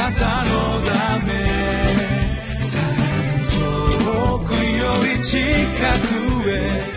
なたのため、遠くより近くへ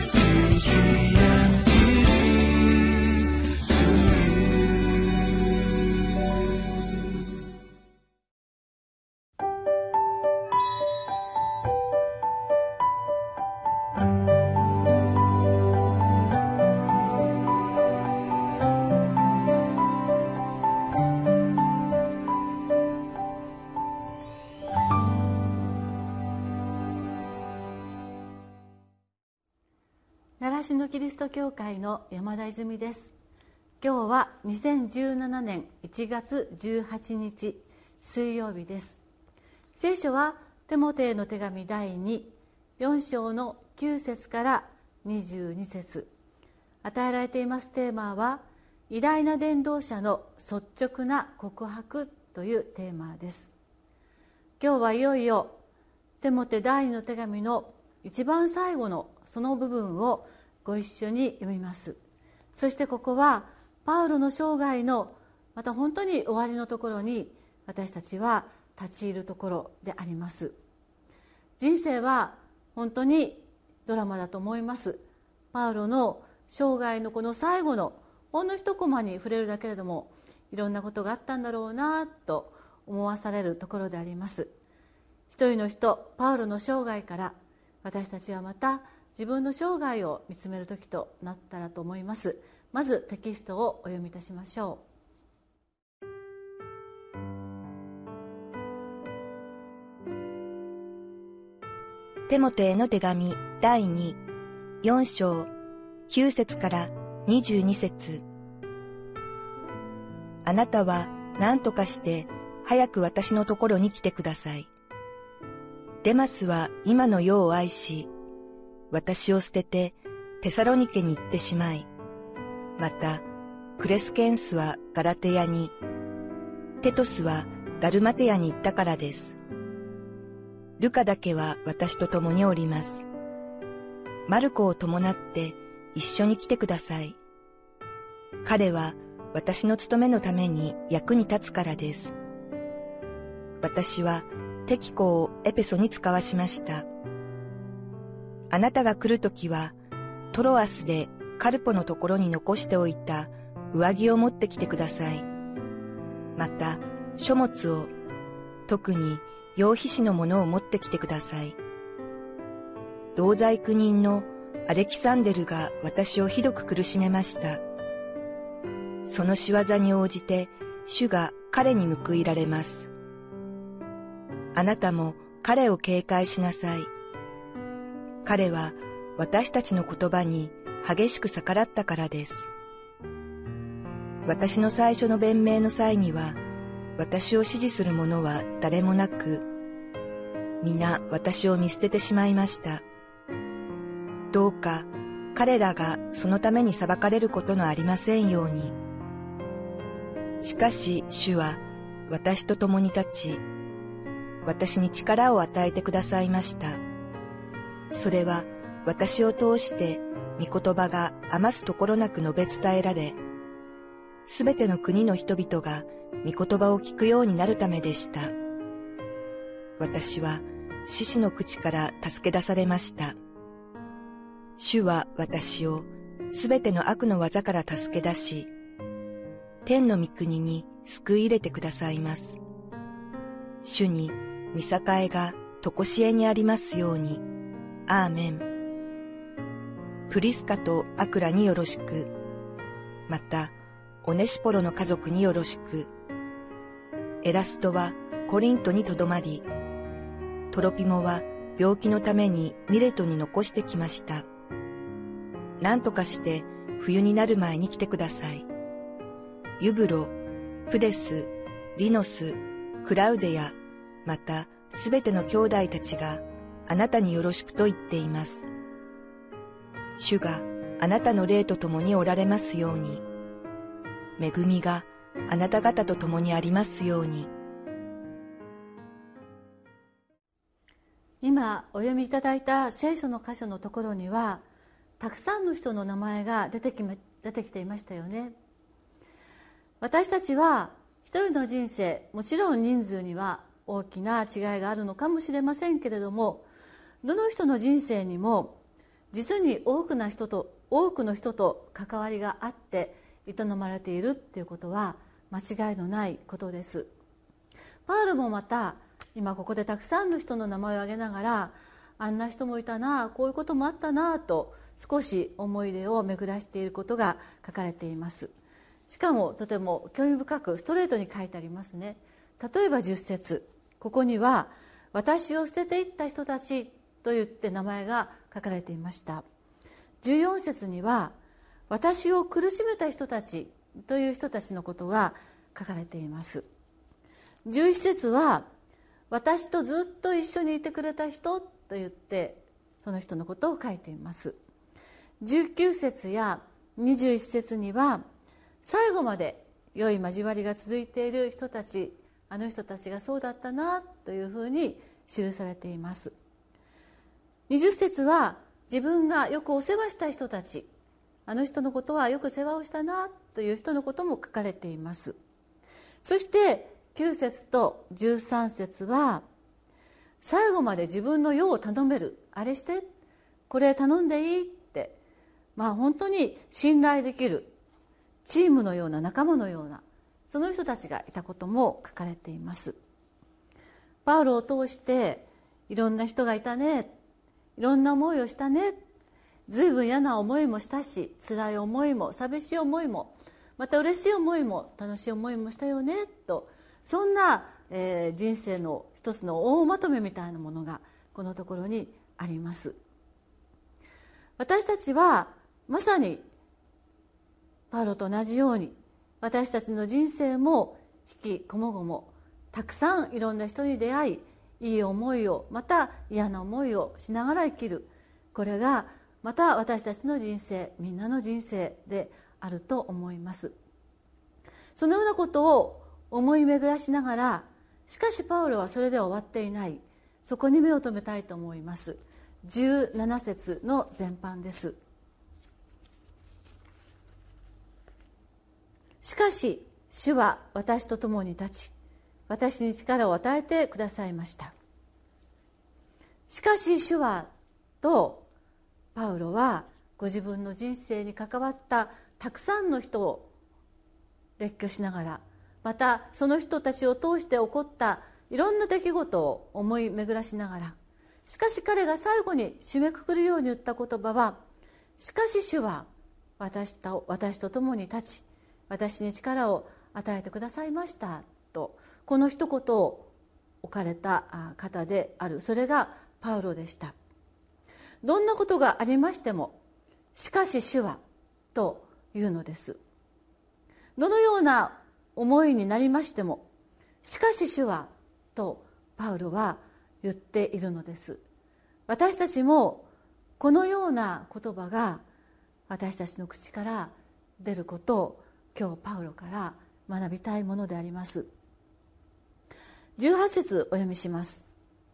習志野キリスト教会の山田泉です。今日は2017年1月18日水曜日です。聖書はテモテへの手紙第4章の9節から22節。与えられていますテーマは偉大な伝道者の率直な告白というテーマです。今日はいよいよテモテ第2の手紙の一番最後のその部分をご一緒に読みます。そしてここはパウロの生涯のまた本当に終わりのところに私たちは立ち入るところであります。人生は本当にドラマだと思います。パウロの生涯のこの最後のほんの一コマに触れるだけれども、いろんなことがあったんだろうなと思わされるところであります。一人の人、パウロの生涯から私たちはまた自分の生涯を見つめる時となったらと思います。まずテキストをお読みいたしましょう。テモテへの手紙第4章9節から22節。あなたは何とかして早く私のところに来てください。デマスは今の世を愛し、私を捨ててテサロニケに行ってしまい、またクレスケンスはガラテヤに、テトスはダルマテヤに行ったからです。ルカだけは私と共におります。マルコを伴って一緒に来てください。彼は私の務めのために役に立つからです。私はテキコをエペソに使わしました。あなたが来るときは、トロアスでカルポのところに残しておいた上着を持ってきてください。また、書物を、特に羊皮紙のものを持ってきてください。同罪苦人のアレキサンデルが私をひどく苦しめました。その仕業に応じて、主が彼に報いられます。あなたも彼を警戒しなさい。彼は私たちの言葉に激しく逆らったからです。私の最初の弁明の際には、私を支持する者は誰もなく、皆私を見捨ててしまいました。どうか彼らがそのために裁かれることのありませんように。しかし主は私と共に立ち、私に力を与えてくださいました。それは私を通して御言葉が余すところなく述べ伝えられ、すべての国の人々が御言葉を聞くようになるためでした。私は獅子の口から助け出されました。主は私をすべての悪の技から助け出し、天の御国に救い入れてくださいます。主に御栄がとこしえにありますように。アーメン。プリスカとアクラによろしく。また、オネシポロの家族によろしく。エラストはコリントにとどまり、トロピモは病気のためにミレトに残してきました。何とかして冬になる前に来てください。ユブロ、プデス、リノス、クラウデヤ、またすべての兄弟たちがあなたによろしくと言っています。主があなたの霊と共におられますように。恵みがあなた方と共にありますように。 今お読みいただいた聖書の箇所のところには、たくさんの人の名前が出てきていましたよね。私たちは一人の人生、もちろん人数には大きな違いがあるのかもしれませんけれども、どの人の人生にも実に多くの人と関わりがあって営まれているっていうことは間違いのないことです。パウロもまた今ここでたくさんの人の名前を挙げながら、あんな人もいたな、こういうこともあったなと少し思い出を巡らしていることが書かれています。しかもとても興味深くストレートに書いてありますね。例えば10節、ここには私を捨てていった人たちと言って名前が書かれていました。14節には私を苦しめた人たちという人たちのことが書かれています。11節は私とずっと一緒にいてくれた人と言ってその人のことを書いています。19節や21節には最後まで良い交わりが続いている人たち、あの人たちがそうだったなというふうに記されています。20節は自分がよくお世話した人たち、あの人のことはよく世話をしたなという人のことも書かれています。そして9節と13節は最後まで自分の用を頼める、あれしてこれ頼んでいいって、本当に信頼できるチームのような仲間のようなその人たちがいたことも書かれています。パウロを通していろんな人がいたね、いろんな思いをしたね、ずいぶん嫌な思いもしたし、辛い思いも寂しい思いもまた嬉しい思いも楽しい思いもしたよねと、そんな、人生の一つの大まとめみたいなものがこのところにあります。私たちはまさにパウロと同じように、私たちの人生も引きこもごもたくさんいろんな人に出会い、いい思いをまた嫌な思いをしながら生きる、これがまた私たちの人生、みんなの人生であると思います。そのようなことを思い巡らしながら、しかしパウロはそれでは終わっていない。そこに目を留めたいと思います。17節の前半です。しかし主は私と共に立ち、私に力を与えてくださいました。しかし主はとパウロはご自分の人生に関わったたくさんの人を列挙しながら、またその人たちを通して起こったいろんな出来事を思い巡らしながら、しかし彼が最後に締めくくるように言った言葉は、しかし主は私と共に立ち、私に力を与えてくださいましたと、この一言を置かれた方である、それがパウロでした。どんなことがありましても、しかし主はというのです。どのような思いになりましても、しかし主はとパウロは言っているのです。私たちもこのような言葉が私たちの口から出ることを今日パウロから学びたいものであります。18節お読みします。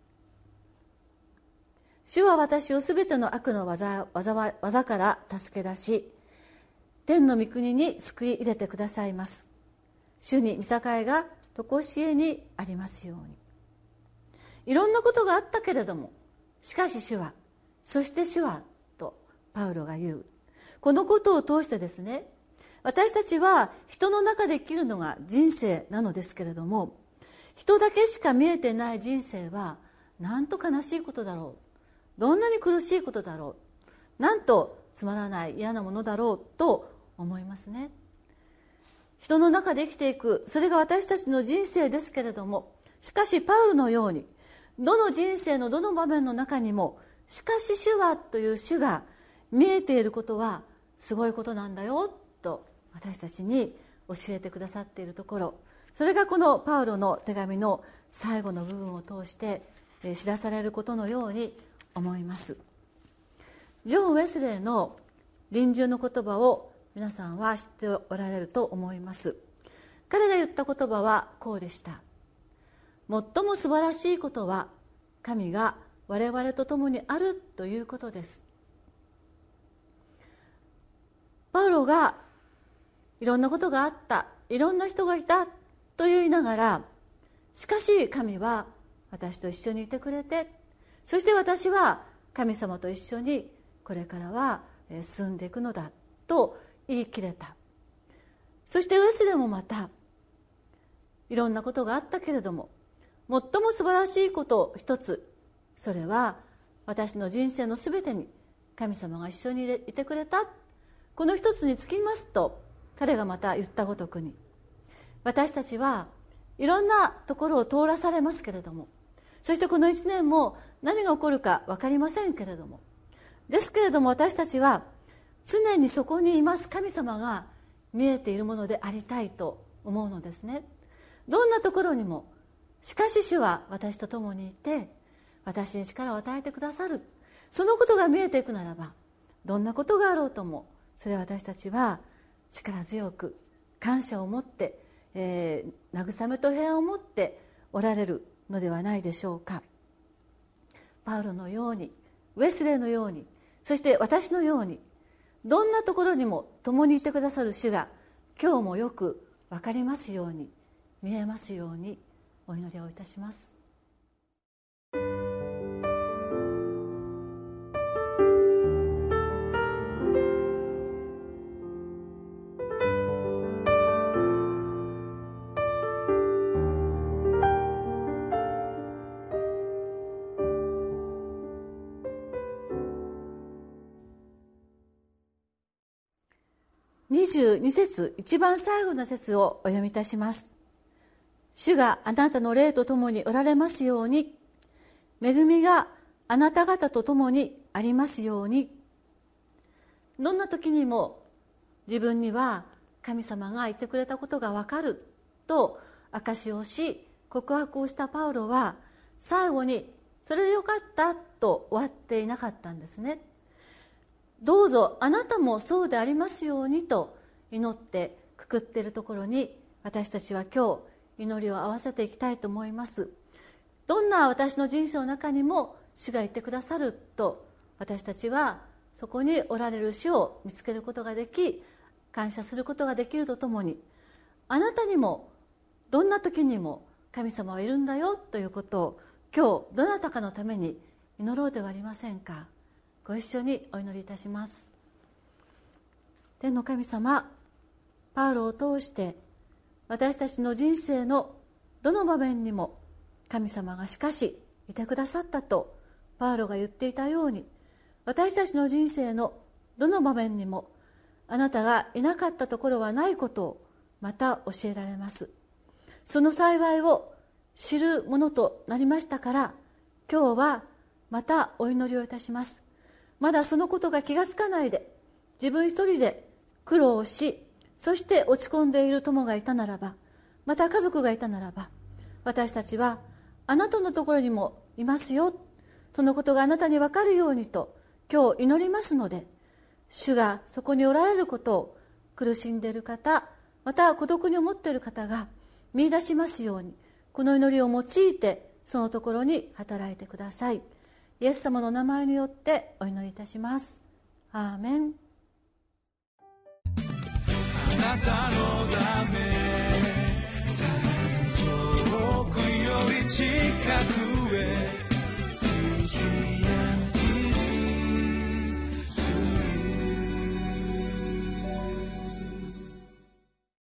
主は私をすべての悪の技から助け出し、天の御国に救い入れてくださいます。主に見境が常しえにありますように。いろんなことがあったけれども、しかし主は、そして主はとパウロが言う。このことを通してですね、私たちは人の中で生きるのが人生なのですけれども、人だけしか見えてない人生はなんと悲しいことだろう、どんなに苦しいことだろう、なんとつまらない嫌なものだろうと思いますね。人の中で生きていく、それが私たちの人生ですけれども、しかしパウロのようにどの人生のどの場面の中にも、しかし主はという主が見えていることはすごいことなんだよと私たちに教えてくださっているところ、それがこのパウロの手紙の最後の部分を通して知らされることのように思います。ジョン・ウェスレーの臨終の言葉を皆さんは知っておられると思います。彼が言った言葉はこうでした。最も素晴らしいことは神が我々と共にあるということです。パウロがいろんなことがあった、いろんな人がいた、 と言いながら、しかし神は私と一緒にいてくれて、そして私は神様と一緒にこれからは進んでいくのだと言い切れた。そしてウェスレーもまたいろんなことがあったけれども、最も素晴らしいこと一つ、それは私の人生のすべてに神様が一緒にいてくれた、この一つにつきますと彼がまた言ったごとくに、私たちはいろんなところを通らされますけれども、そしてこの一年も何が起こるか分かりませんけれども、ですけれども私たちは常にそこにいます神様が見えているものでありたいと思うのですね。どんなところにも、しかし主は私と共にいて私に力を与えてくださる、そのことが見えていくならば、どんなことがあろうともそれは私たちは力強く感謝を持って、慰めと平安を持っておられるのではないでしょうか。パウロのように、ウェスレーのように、そして私のように、どんなところにも共にいてくださる主が今日もよく分かりますように、見えますようにお祈りをいたします。22節、一番最後の節をお読みいたします。主があなたの霊とともにおられますように、恵みがあなた方とともにありますように。どんな時にも自分には神様がいてくれたことがわかると証しをし、告白をしたパウロは最後にそれでよかったと終わっていなかったんですね。どうぞあなたもそうでありますようにと祈ってくくっているところに、私たちは今日祈りを合わせていきたいと思います。どんな私の人生の中にも主がいてくださると、私たちはそこにおられる主を見つけることができ、感謝することができるとともに、あなたにもどんな時にも神様はいるんだよということを今日どなたかのために祈ろうではありませんか。ご一緒にお祈りいたします。天の神様、パウロを通して私たちの人生のどの場面にも神様がしかしいてくださったとパウロが言っていたように、私たちの人生のどの場面にもあなたがいなかったところはないことをまた教えられます。その幸いを知るものとなりましたから、今日はまたお祈りをいたします。まだそのことが気がつかないで自分一人で苦労し、そして落ち込んでいる友がいたならば、また家族がいたならば、私たちはあなたのところにもいますよ、そのことがあなたに分かるようにと今日祈りますので、主がそこにおられることを苦しんでいる方、また孤独に思っている方が見出しますように、この祈りを用いてそのところに働いてください。イエス様の名前によってお祈りいたします。アーメン。 あなたのため遠くより近く